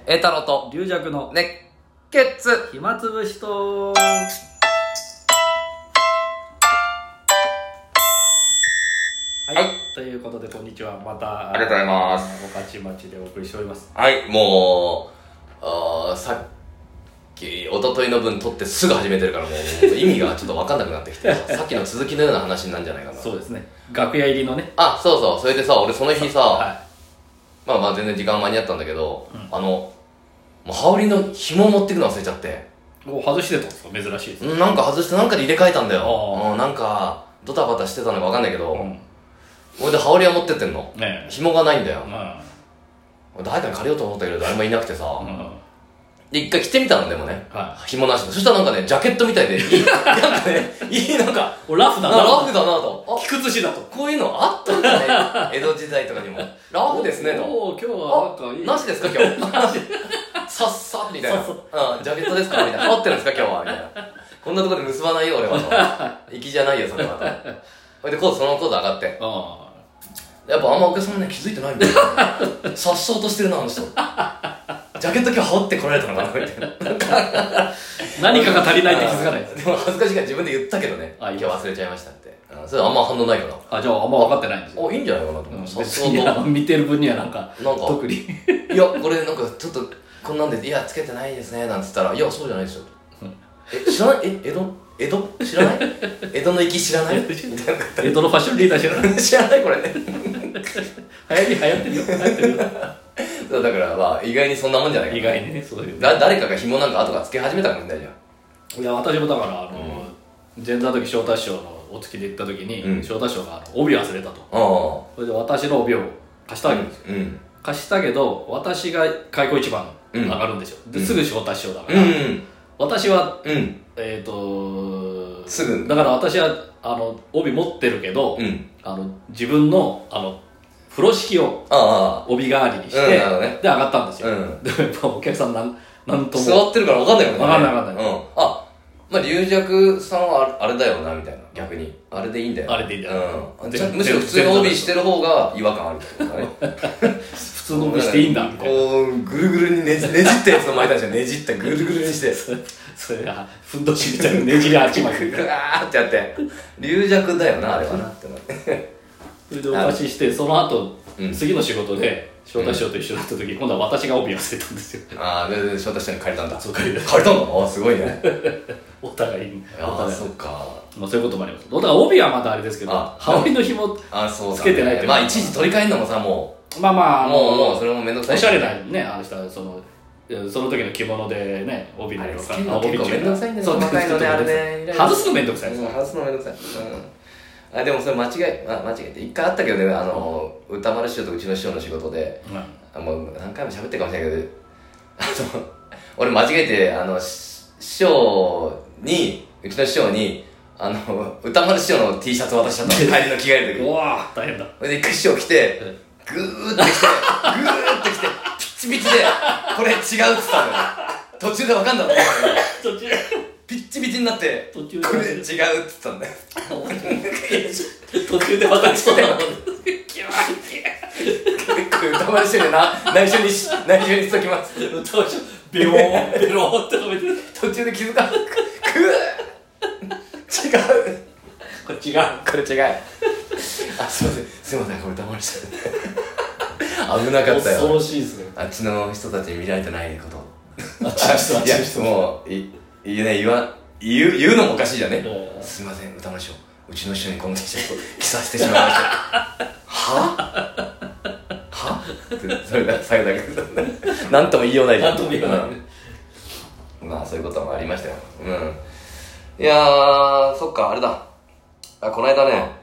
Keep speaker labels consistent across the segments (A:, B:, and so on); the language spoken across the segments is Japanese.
A: 栄太郎と
B: 龍弱の
A: 熱血
B: 暇つぶしとはい、ということでこんにちは。また
A: ありがとうございます。
B: 御徒町でお送りしております。
A: はい、もうさっき一昨日の分撮ってすぐ始めてるからもう意味がちょっと分かんなくなってきてさっきの続きのような話になるんじゃないかな。
B: そうですね、楽屋入りのね。
A: あ、そうそう、それでさ、俺その日さ、
B: はい、
A: まあ全然時間間に合ったんだけど、もう羽織の紐持ってくの忘れちゃって。
B: もう外してたんですか？珍しいですね。
A: なんか外してなんかで入れ替えたんだよ。なんかドタバタしてたのか分かんないけど、俺で羽織は持ってってんの、
B: ね、
A: 紐がないんだよ。誰かに借りようと思ったけど誰もいなくてさ、で一回着てみたのでもね、紐なしで。そしたらなんかね、ジャケットみたいでいいなんかね、なんか
B: ラフだな
A: と、
B: 着崩しだと、
A: こういうのあったんだね江戸時代とかにも。ラフですねと。
B: 今日はなんかいい
A: なしですか今日さっさみたいな。ジャケットですかみたいな。合ってるんですか今日はみたいな。こんなところで結ばないよ俺はと。粋じゃないよそれはと。それでそのコード上がって、やっぱあんまお客さんもね気づいてないんだよさっそうとしてるなあの人。ジャケット今日羽織ってこられたのかなみたいな
B: 何かが足りないって気づかないです。
A: でも恥ずかしいから自分で言ったけどね、今日忘れちゃいましたって。それあんま反応ないかな。
B: じゃああんま分かってないんですよ。
A: いいんじゃないかなと思う。
B: 別に見てる分にはなんか特に
A: いやこれなんかちょっとこんなんで、いやつけてないですねなんつったら、いやそうじゃないですよ。知らない？江戸知らない？江戸の粋知らない？
B: 江戸のファッションリーダー知らない？
A: 知らないこれね。
B: 流行ってるよ。
A: そうだからまあ意外にそんなもんじゃないかな。
B: 意外にね、そういう。
A: 誰かが紐なんか後からつけ始めたかもしれないじゃん。
B: いや私もだから前座の時翔太師匠のお付きで行った時に、翔太師匠が帯忘れたと。それで私の帯を貸したわけですよ。貸したけど私が開口一番上がるんですよ。ですぐ翔太師匠だから、私は
A: すぐ
B: だから私は帯持ってるけど、自分の風呂敷を帯代わりにして、で上がったんですよ。でもやっぱお客さんなんとも
A: 座ってるから分かんないよね。
B: 分かんない。
A: まあ龍弱さんはあれだよなみたいな。逆にあれでいいんだよ。
B: あれでいいんだよ。
A: むしろ普通の帯してる方が違和感あるってことだね。
B: 普通の帯していいんだみたいな。
A: こうぐるぐるにねじったやつの巻いたんですよ。ねじったぐるぐるにして。
B: それがふんどしみたいなねじり8枚
A: ぐわーってやって龍弱だよなあれはなってなって。
B: それでお貸しして、その後次の仕事で翔太師匠と一緒だった時、今度は私が帯忘れたんですよ。
A: で翔太師匠に借りたんだ。
B: そう借りた
A: の？すごいね。
B: お互いに。
A: そっか。
B: そういうこともあります。だから帯はまだあれですけど、羽織の紐つけてないって。
A: まあ一時取り替えるのもさ、もう
B: も
A: うそれもめんどくさい。
B: おしゃれなね、あの人はその時の着物でね、帯の色が
A: 結構めんどくさいんだよ。細かいのね、あれね。
B: 外すのめんどくさいです。
A: 外すのめんどくさい。でもそれ間違えて一回あったけどね、歌丸師匠とうちの師匠の仕事で、もう何回も喋ってるかもしれないけど、俺間違えてうちの師匠に歌丸師匠の T シャツ渡しちゃったの。帰りの着替える時。
B: うわ大変だ。
A: それで一回師匠来て、グーってきてピッチピチでこれ違うっつったのよ。途中で分かんなかった途中ピッチピチになってこれ違うっつったんだよ。
B: 途中で分かっちゃったよ。
A: 歌丸師匠に内緒にしときます。
B: ベローって止めて
A: 途中で気づかん。違う
B: これ違う
A: すいませんこれ歌丸師匠危なかったよ。
B: 恐ろしいですね。
A: あっちの人たちに見られてないこと。
B: あっちの人
A: もう言うのもおかしいじゃね。すいません歌丸師匠、うちの師匠にこの T シャツを着させてしまいましたはってそれが最後だけなんとも言いようないじゃん。まあそういうこともありましたよ。いやーそっかあれだ。この間ね、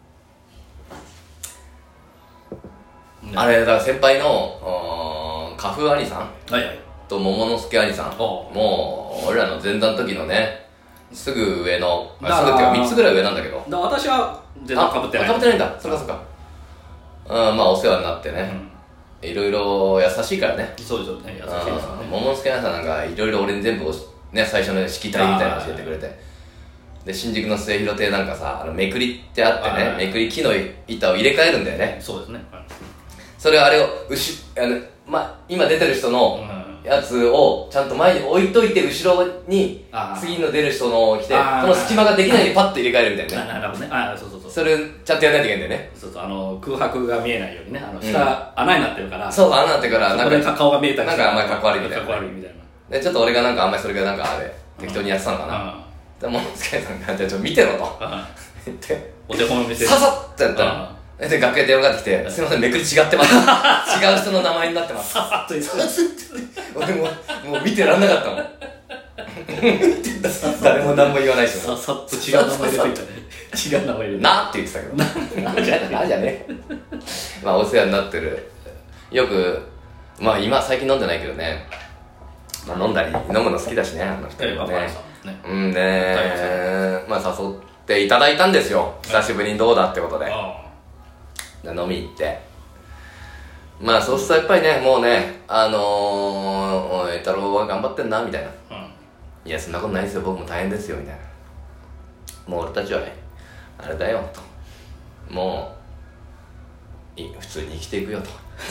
A: あれだから先輩の花風兄さんと桃之助兄さん、もう俺らの前座の時のねすぐ上のすぐっていうか3つぐらい上なんだけど、
B: 私は全然かぶって
A: ないんだ。そっかまあお世話になってね、いろいろ優しいからね。
B: そうですよね、優しいですよね。
A: 桃之助兄さんなんかいろいろ俺に全部ね最初のしきたりみたいなの教えてくれて、で新宿の末広亭なんかさめくりってあってね、めくり木の板を入れ替えるんだよね。
B: そうですね。
A: それをあれを今出てる人のやつをちゃんと前に置いといて後ろに次の出る人の来てこの隙間ができないでパッと入れ替えるみたいなね。
B: なるほどね。そう
A: それちゃんとやらないといけないんだよね。
B: そう空白が見えないようにね、下穴になってるから、
A: そう穴になってるから
B: そこで顔が見えたり
A: なんかあんまりかっこ悪いみたいな。
B: かっこ悪いみたいな。
A: でちょっと俺がなんかあんまりそれがなんかあれ適当にやってたのかな。でもスカイさんがじゃあちょっと見てろと言って
B: お手本を見せる。
A: ささっとやったら。で楽屋電話がかってきて、すいませんめくり違ってます。違う人の名前になってます。
B: ささっと言って
A: 俺もう見てらんなかったもん。誰も何も言わないし。
B: ささっと違う名前で言ったね。違う名前で。
A: なって言ってたけど。なじゃね。まあお世話になってる。よくまあ今最近飲んでないけどね。まあ飲んだり飲むの好きだしねあの人ね。うんね。まあ誘っていただいたんですよ。久しぶりにどうだってことで。飲み行ってまあそうするとやっぱりねもうねおい太郎は頑張ってんなみたいな、いやそんなことないですよ僕も大変ですよみたいな、もう俺たちはねあれだよともう普通に生きていくよと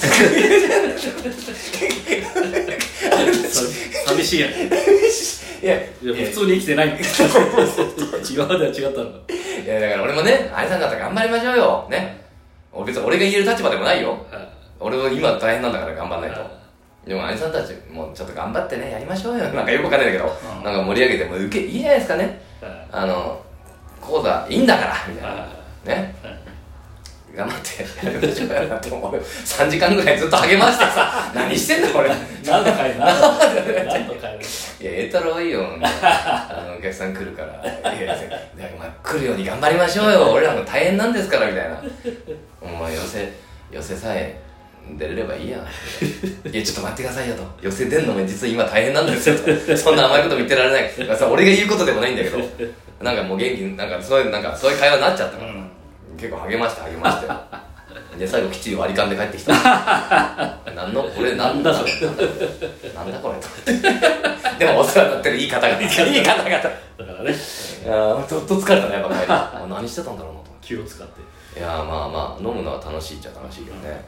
B: 寂しいやん。いや普通に生きてない。違うでは違ったの。
A: いやだから俺もねあれさん方頑張りましょうよね。別に俺が言える立場でもないよ。俺は今大変なんだから頑張んないと。でも兄さんたちもちょっと頑張ってねやりましょうよ。なんかよくわかんないんだけど、なんか盛り上げてもいいじゃないですかね。講座いいんだからみたいなね。頑張ってやりましょうよなって思う。3時間ぐらいずっと励ましてさ何してんだこれ。
B: 何とかいな。何とかいな。
A: いや栄太郎いいよ。お客さん来るから。いや来るように頑張りましょうよ。俺らも大変なんですからみたいな。お前寄せさえ出れればいいや。いやちょっと待ってくださいよと。寄せ出んのも実は今大変なんですよと。そんな甘いことも言ってられない。だからさ俺が言うことでもないんだけど、なんかもう元気なんかそういう会話になっちゃったから、結構励ましてで最後きっちり割り勘で帰ってきた。なんだそれ。なんだこれと。でもお世話になってるいい方々。だからね。ずっと疲れたねやっぱ帰り。何してたんだろうなと。
B: 気を使って。
A: いやまあ飲むのは楽しいっちゃ楽しいけどね。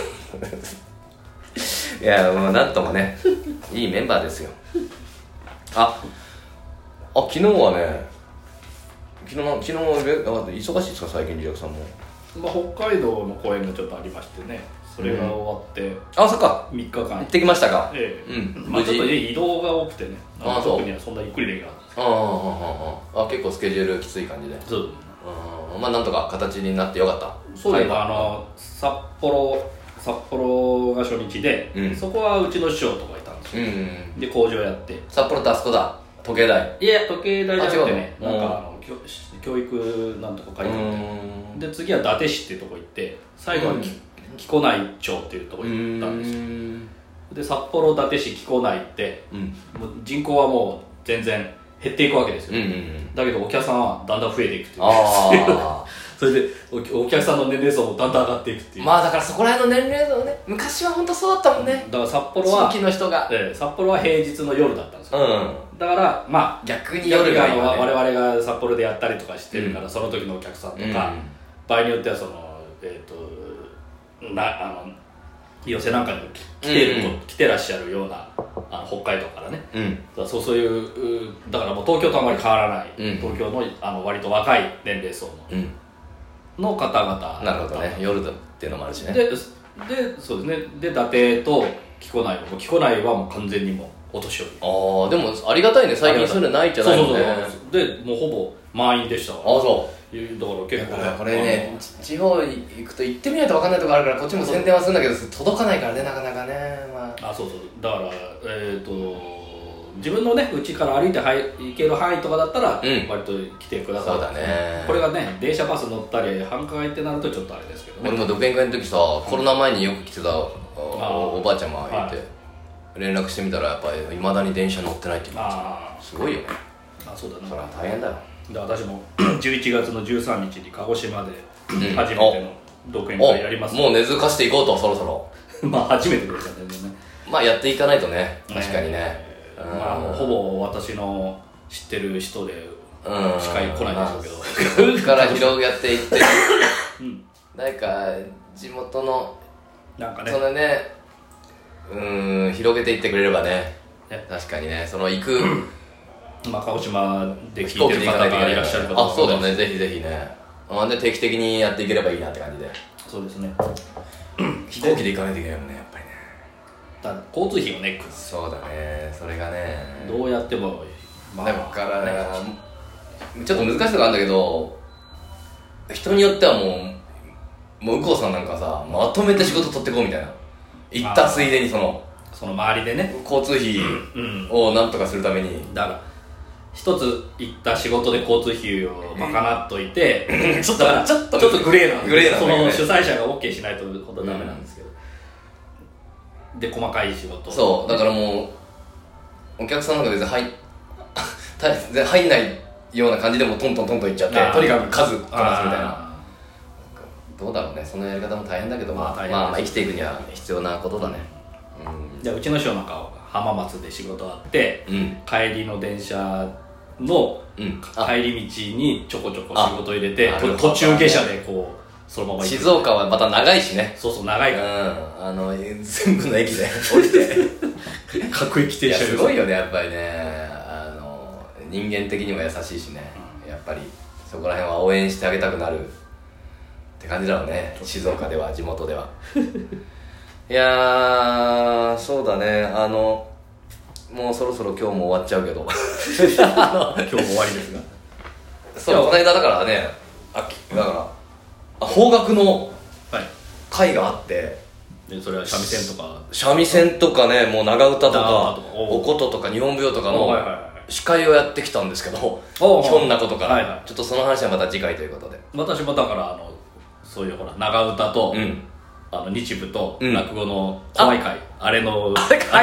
A: いやもうなんともねいいメンバーですよ。昨日はね昨日忙しいですか最近リラクさんも。
B: 北海道の公演がちょっとありましてね、それが終わって、
A: そっか
B: 3日間
A: 行ってきましたか。
B: ちょっと移動が多くてね、特にはそんなゆっくりできなかった
A: です。結構スケジュールきつい感じで。
B: そう。
A: まあなんとか形になってよかった。
B: そうです。札幌が初日で、そこはうちの師匠とかいたんですよ。で工場やって。
A: 札幌ってあそこだ時計台。
B: いや時計台じゃなくてね、なんか教育なんとか書いてあって、で次は伊達市っていうとこ行って、最後は木古内町っていうとこ行ったんですよ。で札幌伊達市木古内って、もう人口はもう全然減っていくわけですよ。だけどお客さんはだんだん増えていくっていう。それでお客さんの年齢層もだんだん上がっていくっていう。
A: まあだからそこら辺の年齢層ね、昔は本当そうだったもんね。
B: だから札幌は
A: 地域の人が、
B: 札幌は平日の夜だったんですよ。だからまあ
A: 逆に夜がいいわね。
B: 我々が札幌でやったりとかしてるから、その時のお客さんとか、場合によってはその寄せなんかにも来てらっしゃるような北海道からね、そういうだからもう東京とあまり変わらない、東京の割と若い年齢層の方々。
A: なるほどね、夜っていうのもあるしね。
B: でそうですね。で伊達と木古内はもう完全にもうお年寄り。
A: でもありがたいね、最近そういうのないじゃないのね。
B: でもうほぼ満員でしたから。
A: そう
B: だから結構
A: これね、地方行くと行ってみないと分かんないとこあるから、こっちも宣伝はするんだけど届かないからね、なかなかね。
B: そうだから自分のね家から歩いて行ける範囲とかだったら割と来てください。
A: そうだね。
B: これがね電車バス乗ったり繁華街ってなるとちょっとあれですけどね。
A: 俺も独演会の時さ、コロナ前によく来てたおばあちゃんがいて、連絡してみたらやっぱりいまだに電車乗ってないって言ってすごいよね。
B: そうだね。
A: それは大変だよ。
B: 私も11月の13日に鹿児島で初めての独演会やります。
A: もう根付かしていこうと、そろそろ。
B: 初めてですよね。
A: やっていかないとね、確かにね。
B: もうほぼ私の知ってる人でしか来ないでしょうけど、
A: そこから広げていってなんか地元の
B: なんかね、
A: そのね広げていってくれればね。確かにね、その行く
B: まあ鹿児島で聞いてる方がいらっしゃる方
A: あ、そうだね、ぜひぜひね。で定期的にやっていければいいなって感じで。
B: そうですね。
A: 飛行機で行かないといけないもんね、やっぱりね。
B: だ交通費をネック。
A: そうだね、それがね。
B: どうやっても、
A: だからね、ちょっと難しいとこあるんだけど、人によってはもう右近さんなんかさ、まとめて仕事取ってこうみたいな。行ったついでにその
B: 周りでね、
A: 交通費をなんとかするために。
B: だから一つ行った仕事で交通費を賄っといて、
A: ちょっと
B: グレーなんで、その
A: ね、
B: 主催者が OK しないとほどダメなんですけど、で細かい仕事、
A: そうだからもうお客さんの中で入んないような感じでもトントンいっちゃって、とにかく数こなすみたいな。どうだろうね、そのやり方も大変だけど、まあ生きていくには必要なことだね。
B: じゃあうちの師匠なんか浜松で仕事あって、帰りの電車の帰り道にちょこちょこ仕事入れて、途中下車でこうそのまま行く。
A: 静岡はまた長いしね。
B: そう長いから、
A: 全部の駅で降りて
B: 各駅停車
A: すごいよね、やっぱりね。人間的にも優しいしね、やっぱりそこら辺は応援してあげたくなるって感じだろうね、静岡では、地元ではいやー、そうだね、もうそろそろ今日も終わっちゃうけど
B: 今日も終わりですが、
A: そう、この間だからね、だから邦楽の会があって、
B: でそれは三味線とか
A: 三味線とかね、もう長唄とかお琴とか日本舞踊とかの司会をやってきたんですけど、ひょんなことから、ちょっとその話はまた次回ということで。
B: 私もだからそういうほら長唄と、日舞と落語の怖い会、あれの